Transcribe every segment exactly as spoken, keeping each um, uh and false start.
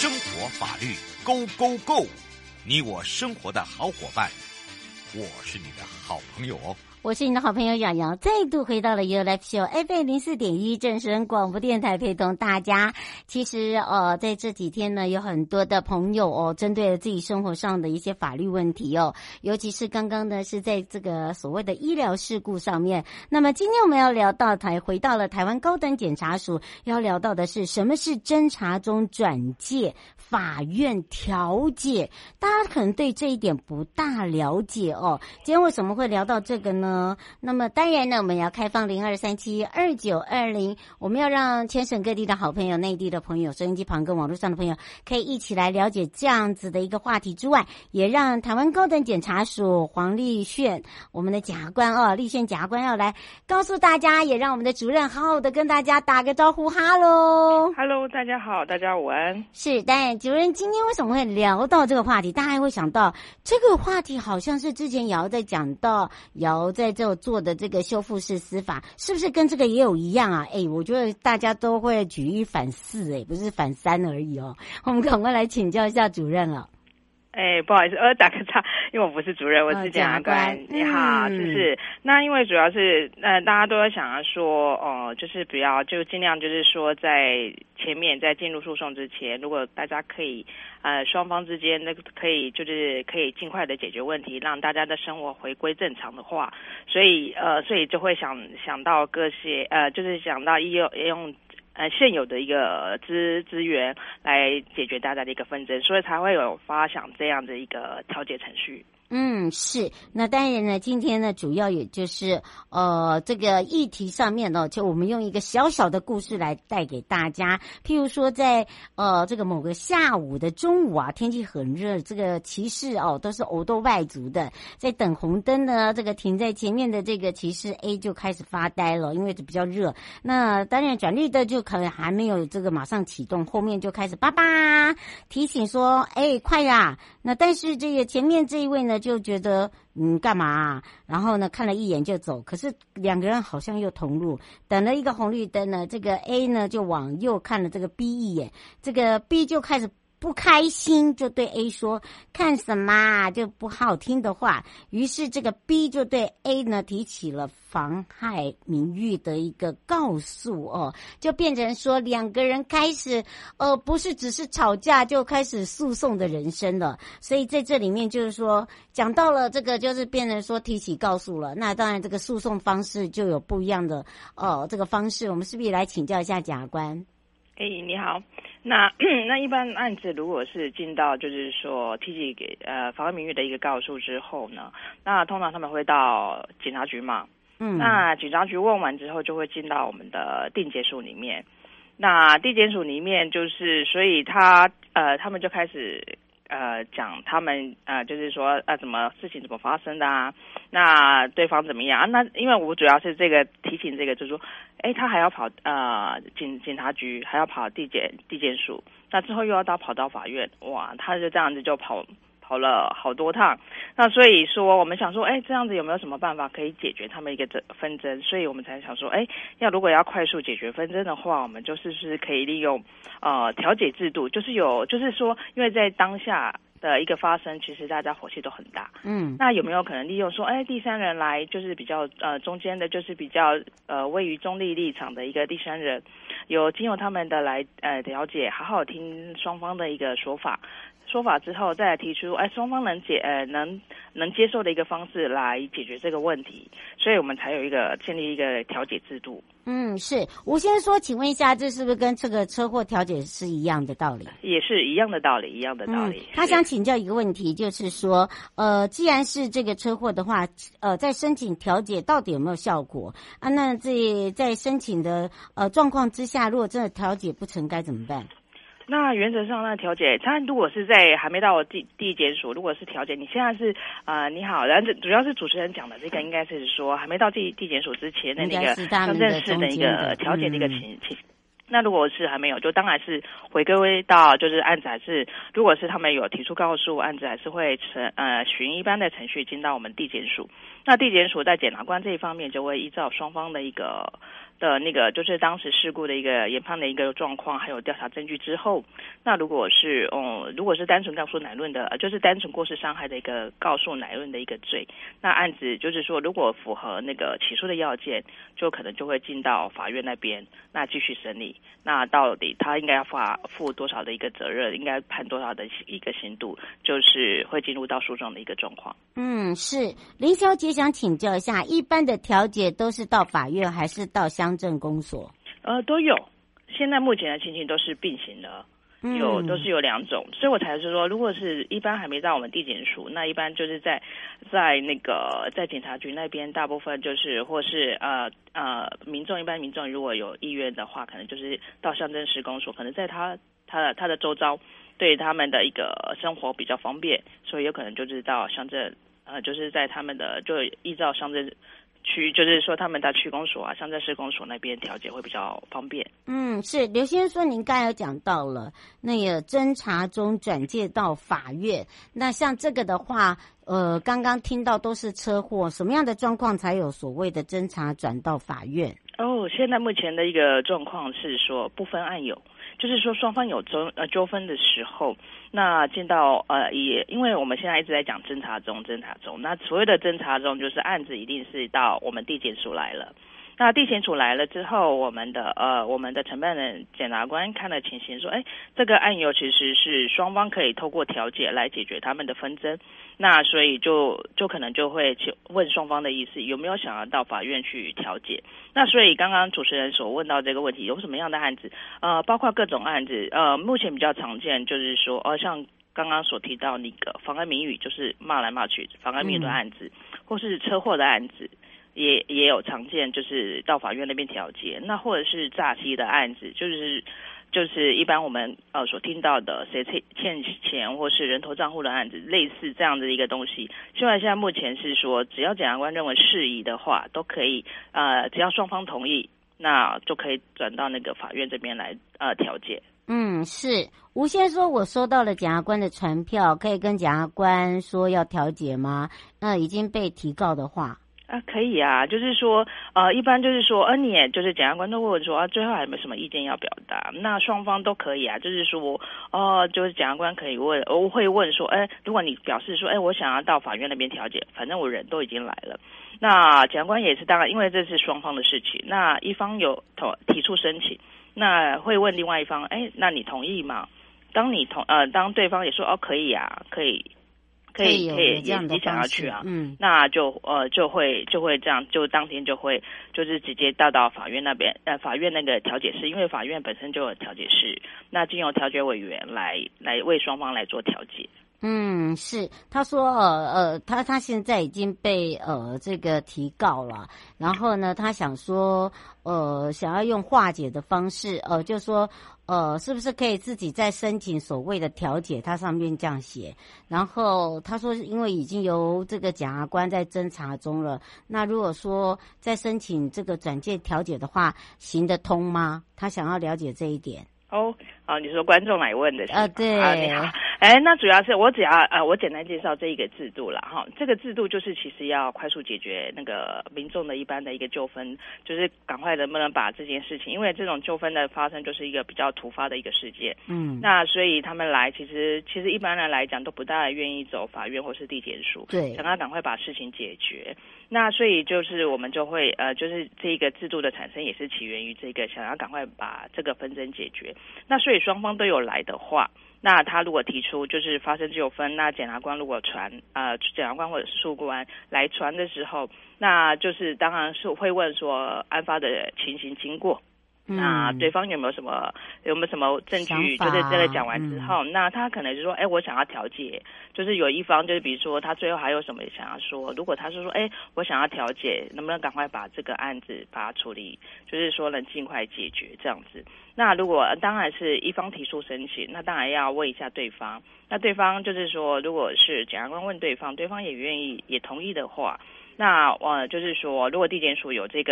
生活法律 Go Go Go， 你我生活的好伙伴，我是你的好朋友哦。 我是你的好朋友杨洋，再度回到了 You Life Show F M 零四点一正声广播电台，陪同大家。其实呃，在这几天呢，有很多的朋友哦，针对了自己生活上的一些法律问题哦，尤其是刚刚呢是在这个所谓的医疗事故上面。那么今天我们要聊到台，回到了台湾高等检察署，要聊到的是什么是侦查中转介法院调解。大家可能对这一点不大了解哦。今天为什么会聊到这个呢？那么当然呢，我们要开放零二三七二九二零，我们要让全省各地的好朋友、内地的朋友、收音机旁跟网络上的朋友可以一起来了解这样子的一个话题之外，也让台湾高等检察署黄立炫我们的检察官哦，立炫检察官要来告诉大家，也让我们的主任好好的跟大家打个招呼。哈喽， 哈喽，大家好，大家午安。 是，当然主任今天为什么会聊到这个话题？大家还会想到这个话题好像是之前瑶在讲到瑶在在这做的这个修复式司法，是不是跟这个也有一样啊？哎，我觉得大家都会举一反四，哎，不是反三而已哦。我们赶快来请教一下主任了。 哎，不好意思，呃，打个岔，因为我不是主任，我是检察官。你好，就、嗯、是那因为主要是呃，大家都会想要说，哦、呃，就是不要就尽量就是说在前面在进入诉讼之前，如果大家可以呃双方之间那个可以就是可以尽快的解决问题，让大家的生活回归正常的话，所以呃，所以就会想想到各些呃，就是想到用用。呃，现有的一个资资源来解决大家的一个纷争，所以才会有发想这样的一个调解程序。 嗯，是。那当然呢，今天呢，主要也就是呃，这个议题上面呢，就我们用一个小小的故事来带给大家。譬如说在，在呃这个某个下午的中午啊，天气很热，这个骑士哦都是欧斗外族的，在等红灯呢，这个停在前面的这个骑士 A 就开始发呆了，因为比较热。那当然转绿灯就可能还没有这个马上启动，后面就开始叭叭提醒说，哎，快呀！那但是这个前面这一位呢，就觉得嗯干嘛啊？然后呢看了一眼就走，可是两个人好像又同路，等了一个红绿灯呢，这个 A 呢就往右看了这个 B 一眼，这个 B 就开始不开心，就对 A 说看什么啊，就不好听的话。于是这个 B 就对 A 呢提起了妨害名誉的一个告诉哦，就变成说两个人开始呃不是只是吵架，就开始诉讼的人生了。所以在这里面就是说讲到了这个，就是变成说提起告诉了，那当然这个诉讼方式就有不一样的呃这个方式。我们是不是也来请教一下检察官？ 哎，你好。那那一般案子如果是进到就是说提起给呃妨害名誉的一个告诉之后呢，那通常他们会到警察局嘛，嗯，那警察局问完之后就会进到我们的定检署里面。那地检署里面就是所以他呃他们就开始呃讲他们呃就是说呃怎么事情怎么发生的啊，那对方怎么样啊？那因为我主要是这个提醒这个就是说，哎，他还要跑呃警警察局，还要跑地检地检署，那之后又要到跑到法院，哇，他就这样子就跑跑了好多趟。那所以说我们想说，哎，这样子有没有什么办法可以解决他们一个纷争？所以我们才想说，哎，要如果要快速解决纷争的话，我们就是不是可以利用呃调解制度，就是有就是说，因为在当下的一个发生，其实大家火气都很大。嗯，那有没有可能利用说，哎，第三人来，就是比较呃中间的，就是比较呃位于中立立场的一个第三人，有经由他们的来呃了解，好好听双方的一个说法。说法之后，再来提出，哎，双方能解呃能能接受的一个方式来解决这个问题，所以我们才有一个建立一个调解制度。 嗯，是。吴先生说，请问一下，这是不是跟这个车祸调解是一样的道理？ 也是一样的道理，一样的道理。 嗯、他想请教一个问题，就是说，呃，既然是这个车祸的话，呃，在申请调解到底有没有效果啊？那这在申请的呃状况之下，如果真的调解不成，该怎么办？ 那原则上，那调解，他如果是在还没到地地检署，如果是调解，你现在是呃你好，然后主要是主持人讲的这个，应该是说还没到地地检署之前的那个刚正式的一个调解的一个情情。嗯那如果是还没有，就当然是回归到就是案子还是，如果是他们有提出告诉，案子还是会程呃循一般的程序进到我们地检署。那地检署在检察官这一方面就会依照双方的一个的那个就是当时事故的一个研判的一个状况，还有调查证据之后，那如果是嗯如果是单纯告诉乃论的，就是单纯过失伤害的一个告诉乃论的一个罪，那案子就是说如果符合那个起诉的要件，就可能就会进到法院那边，那继续审理，那到底他应该要负负多少的一个责任，应该判多少的一个刑度，就是会进入到诉讼的一个状况。 嗯，是林小姐想请教一下，一般的调解都是到法院还是到乡镇公所？ 呃，都有。现在目前的情形都是并行的，有都是有两种，所以我才是说，如果是一般还没到我们地检署，那一般就是在在那个在警察局那边，大部分就是或是呃呃民众一般民众如果有意愿的话，可能就是到乡镇市公所，可能在他他的他的周遭对他们的一个生活比较方便，所以有可能就是到乡镇呃就是在他们的就依照乡镇区，就是说他们的区公所啊、乡镇市公所那边调解会比较方便。 嗯，是刘先生说，您刚才有讲到了那个侦查中转介到法院，那像这个的话，呃，刚刚听到都是车祸，什么样的状况才有所谓的侦查转到法院？ 哦，现在目前的一个状况是说不分案有。就是说双方有纠呃纠纷的时候，那进到呃也因为我们现在一直在讲侦查中侦查中，那所谓的侦查中就是案子一定是到我们地检署来了。那地检署来了之后，我们的呃我们的承办人检察官看了情形说，哎，这个案由其实是双方可以透过调解来解决他们的纷争，那所以就就可能就会问双方的意思有没有想要到法院去调解。那所以刚刚主持人所问到这个问题，有什么样的案子？呃，包括各种案子，呃，目前比较常见就是说，呃，像刚刚所提到那个妨碍名誉，就是骂来骂去妨碍名誉的案子，嗯、或是车祸的案子。也也有常见，就是到法院那边调解，那或者是诈欺的案子，就是就是一般我们呃所听到的谁欠欠钱或是人头账户的案子，类似这样的一个东西。虽然现在目前是说，只要检察官认为适宜的话，都可以呃，只要双方同意，那就可以转到那个法院这边来呃调解。 嗯，是吴先生说，我收到了检察官的传票，可以跟检察官说要调解吗？那已经被提告的话。 啊，可以啊，就是说，呃，一般就是说，呃，你也就是检察官都问说，啊，最后还有没有什么意见要表达？那双方都可以啊，就是说，哦、呃，就是检察官可以问，我会问说，哎，如果你表示说，哎，我想要到法院那边调解，反正我人都已经来了，那检察官也是当然，因为这是双方的事情，那一方有提出申请，那会问另外一方，哎，那你同意吗？当你同呃，当对方也说，哦，可以啊，可以。可以可以也也想要去啊，嗯，那就呃就会就会这样，就当天就会就是直接到到法院那边，呃法院那个调解室，因为法院本身就有调解室，那经由调解委员来来为双方来做调解。 嗯，是，他说呃呃，他他现在已经被呃这个提告了，然后呢，他想说呃想要用化解的方式，呃就说呃是不是可以自己再申请所谓的调解？他上面这样写，然后他说因为已经由这个检察官在侦查中了，那如果说再申请这个转介调解的话，行得通吗？他想要了解这一点。 哦，啊，你说观众来问的是啊，对啊，你好，哎，那主要是我只要呃，我简单介绍这一个制度了哈。这个制度就是其实要快速解决那个民众的一般的一个纠纷，就是赶快能不能把这件事情，因为这种纠纷的发生就是一个比较突发的一个事件，嗯，那所以他们来其实其实一般人来讲都不大愿意走法院或是地检署， 对， 想要赶快把事情解决。那所以就是我们就会呃，就是这个制度的产生也是起源于这个想要赶快把这个纷争解决。那所以双方都有来的话，那他如果提出就是发生纠纷，那检察官如果传呃检察官或者是诉官来传的时候，那就是当然是会问说案发的情形经过。那对方有没有什么有没有什么证据？就是这个讲完之后，嗯、那他可能就说，哎，我想要调解，就是有一方就是比如说他最后还有什么想要说，如果他是说，哎，我想要调解，能不能赶快把这个案子把它处理，就是说能尽快解决这样子。那如果当然是一方提出申请，那当然要问一下对方。那对方就是说，如果是检察官问对方，对方也愿意也同意的话。那呃，就是说，如果地检署有这个，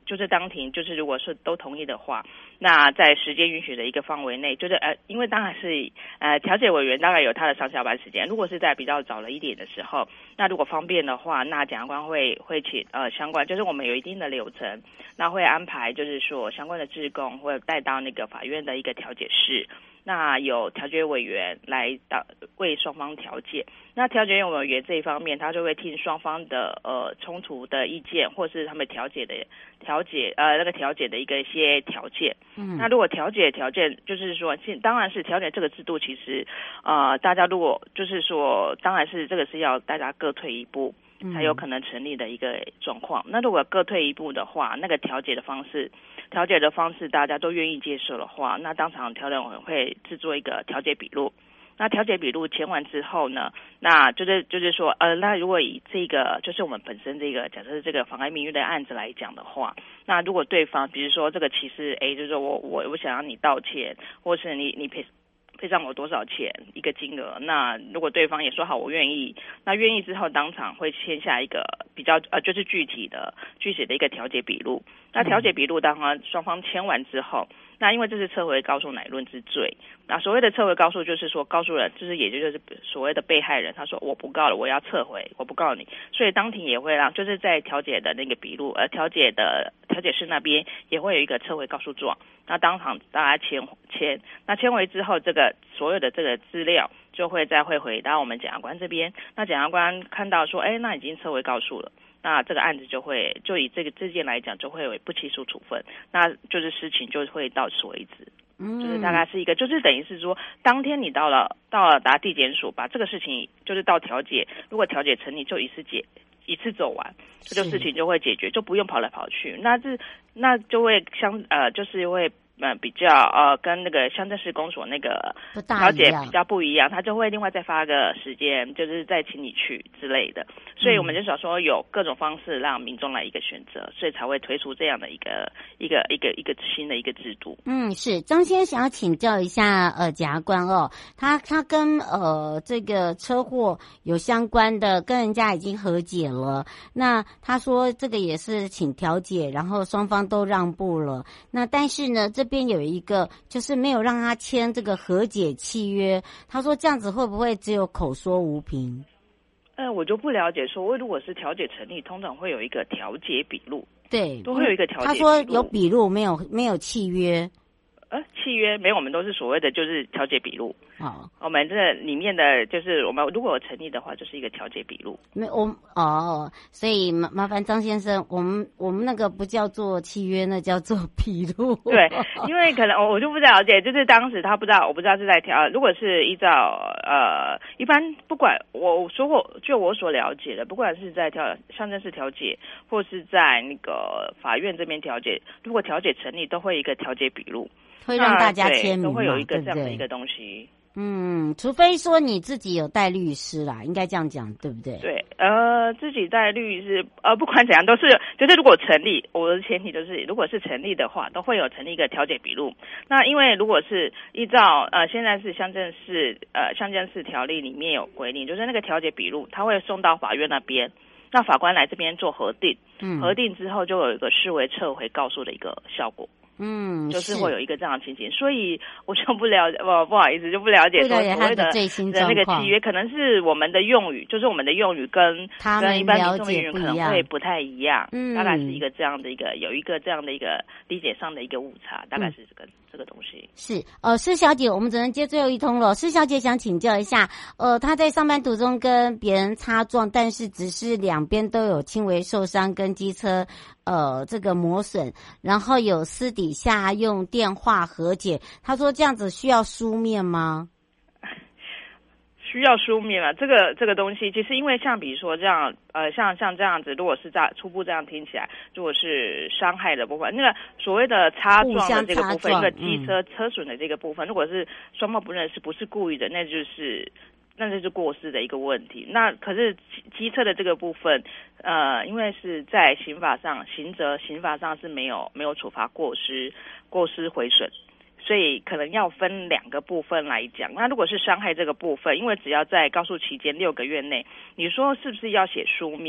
就是当庭就是如果是都同意的话，那在时间允许的一个范围内，就是呃，因为当然是呃调解委员大概有他的上下班时间，如果是在比较早了一点的时候，那如果方便的话，那检察官会会请呃相关，就是我们有一定的流程，那会安排就是说相关的志工会带到那个法院的一个调解室。那有调解委员来到为双方调解，那调解委员这一方面，他就会听双方的呃冲突的意见，或是他们调解的调解呃那个调解的一个一些条件。嗯，那如果调解条件就是说，当然是调解这个制度，其实呃大家如果就是说，当然是这个是要大家各退一步，才有可能成立的一个状况。那如果各退一步的话，那个调解的方式。调解的方式大家都愿意接受的话，那当场调解委员会制作一个调解笔录。那调解笔录签完之后呢，那就是就是说，呃，那如果以这个就是我们本身这个假设是这个妨碍名誉的案子来讲的话，那如果对方比如说这个歧视 A， 就是说我我我想让你道歉，或是你你赔赔偿我多少钱一个金额，那如果对方也说好我愿意，那愿意之后当场会签下一个比较呃就是具体的具体的一个调解笔录。那调解笔录当然双方签完之后，那因为这是撤回告诉乃论之罪，那所谓的撤回告诉就是说告诉人就是也就是所谓的被害人，他说我不告了，我要撤回，我不告你，所以当庭也会让就是在调解的那个笔录，呃调解的调解室那边也会有一个撤回告诉状，那当场大家签签，那签回之后，这个所有的这个资料就会再会回到我们检察官这边，那检察官看到说，哎，那已经撤回告诉了。那这个案子就会就以这个这件来讲，就会有不起诉处分，那就是事情就会到此为止。嗯，就是大概是一个，就是等于是说，当天你到了到了达地检署，把这个事情就是到调解，如果调解成立，就一次解一次走完，这就事情就会解决，就不用跑来跑去。那这那就会相呃，就是会。呃，比较呃，跟那个乡镇市公所那个调解比较不一样，他就会另外再发个时间，就是再请你去之类的。所以我们就想说有各种方式让民众来一个选择，所以才会推出这样的一个一个一个一个新的一个制度。 嗯，是张先生想要请教一下呃检察官哦，他他跟呃这个车祸有相关的，跟人家已经和解了，那他说这个也是请调解，然后双方都让步了，那但是呢这边有一个就是没有让他签这个和解契约，他说这样子会不会只有口说无凭？ 呃，我就不了解说，如果是调解成立，通常会有一个调解笔录， 对， 都会有一个调解笔录。 他说有笔录，没有没有契约。 呃，契约没有，我们都是所谓的就是调解笔录。 哦， 我们这里面的就是我们如果有成立的话，就是一个调解笔录。 没我哦，所以麻麻烦张先生，我们我们那个不叫做契约，那叫做笔录。 对，因为可能我我就不了解，就是当时他不知道，我不知道是在调。如果是依照呃，一般不管我说我就我所了解的，不管是在调乡镇市调解，或是在那个法院这边调解，如果调解成立，都会有一个调解笔录。 会让大家签名， 都会有一个这样的一个东西。 嗯，除非说你自己有带律师啦，应该这样讲，对不对？ 对，呃，自己带律师，呃，不管怎样都是，就是如果成立，我的前提就是，如果是成立的话，都会有成立一个调解笔录。那因为如果是依照呃现在是乡镇市呃乡镇市条例里面有规定，就是那个调解笔录，他会送到法院那边，那法官来这边做核定，嗯，核定之后就有一个视为撤回告诉的一个效果。嗯，就是会有一个这样的情形，所以我就不了解，不不好意思，就不了解说所谓的的那个契约，可能是我们的用语，就是我们的用语跟跟一般民众的用语可能会不太一样，嗯，大概是一个这样的一个有一个这样的一个理解上的一个误差，大概是这个、嗯、这个东西。 是，呃，施小姐，我们只能接最后一通了。施小姐想请教一下，呃，她在上班途中跟别人擦撞，但是只是两边都有轻微受伤，跟机车。呃，这个磨损，然后有私底下用电话和解，他说这样子需要书面吗？ 需要书面啊，这个这个东西，其实因为像比如说这样，呃，像像这样子，如果是在初步这样听起来，如果是伤害的部分，那个所谓的擦撞的这个部分，一个机车车损的这个部分，嗯、如果是双方不认识，不是故意的，那就是。那就是过失的一个问题。那可是机车的这个部分，呃，因为是在刑法上，刑责刑法上是没有没有处罚过失过失毁损，所以可能要分两个部分来讲。那如果是伤害这个部分，因为只要在告诉期间六个月内，你说是不是要写书面？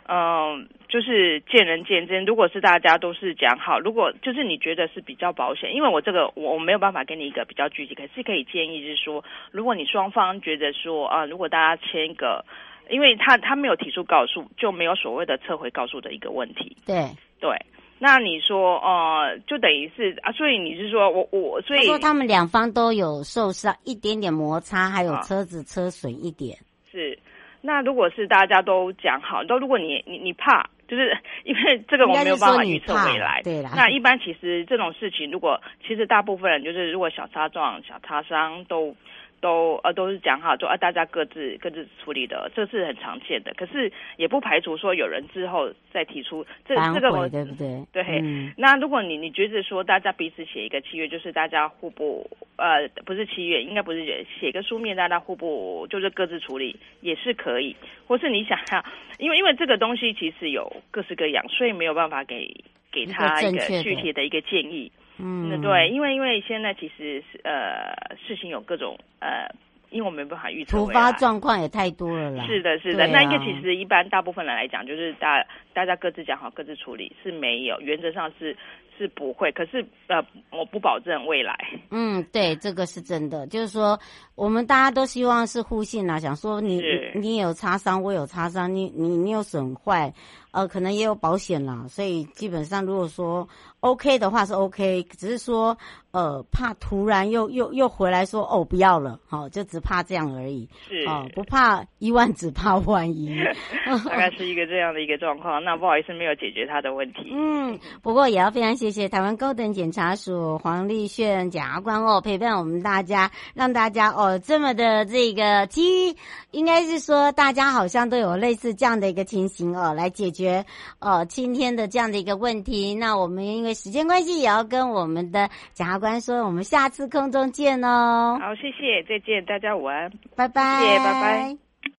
嗯、呃，就是见仁见智。如果是大家都是讲好，如果就是你觉得是比较保险，因为我这个我我没有办法给你一个比较具体，可是可以建议是说，如果你双方觉得说啊、呃，如果大家签一个，因为他他没有提出告诉，就没有所谓的撤回告诉的一个问题。 对对。那你说，呃，就等于是啊，所以你是说我我所以他说他们两方都有受伤一点点摩擦，还有车子车损一点。 啊、是，那如果是大家都讲好，都如果你你你怕，就是因为这个我没有办法预测未来， 对啦。 那一般其实这种事情，如果其实大部分人就是如果小擦撞、小擦伤都。都呃都是讲好，就啊大家各自各自处理的，这是很常见的。可是也不排除说有人之后再提出这这个我对不对？ 对， 嗯、 那如果你你觉得说大家彼此写一个契约，就是大家互不呃不是契约，应该不是写一个书面，大家互不就是各自处理也是可以。或是你想要，因为因为这个东西其实有各式各样，所以没有办法给给他一个具体的一个建议。嗯，对，因为因为现在其实是呃事情有各种呃，因为我没办法预测， 突发状况也太多了啦。 是的，是的。啊、那一个其实一般大部分人来讲，就是大大家各自讲好，各自处理是没有，原则上是是不会。可是呃，我不保证未来。 嗯，对，这个是真的，就是说我们大家都希望是互信啦，想说你你有擦伤，我有擦伤，你你你有损坏。呃，可能也有保险啦，所以基本上如果说 OK 的话是 OK， 只是说呃怕突然又又又回来说哦不要了，好、哦、就只怕这样而已， 是哦不怕一万只怕万一， 大概是一个这样的一个状况。那不好意思没有解决他的问题。 嗯，不过也要非常谢谢台湾高等检察署黄丽炫检察官哦陪伴我们大家，让大家哦这么的这个基于应该是说大家好像都有类似这样的一个情形哦来解决。呃，今天的这样的一个问题，那我们因为时间关系，也要跟我们的检察官说，我们下次空中见哦。 好，谢谢，再见，大家午安， 拜拜， 谢谢，拜拜。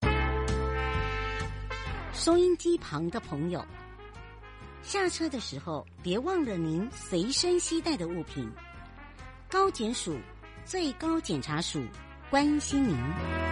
收音机旁的朋友，下车的时候别忘了您随身携带的物品。高检署最高检察署关心您。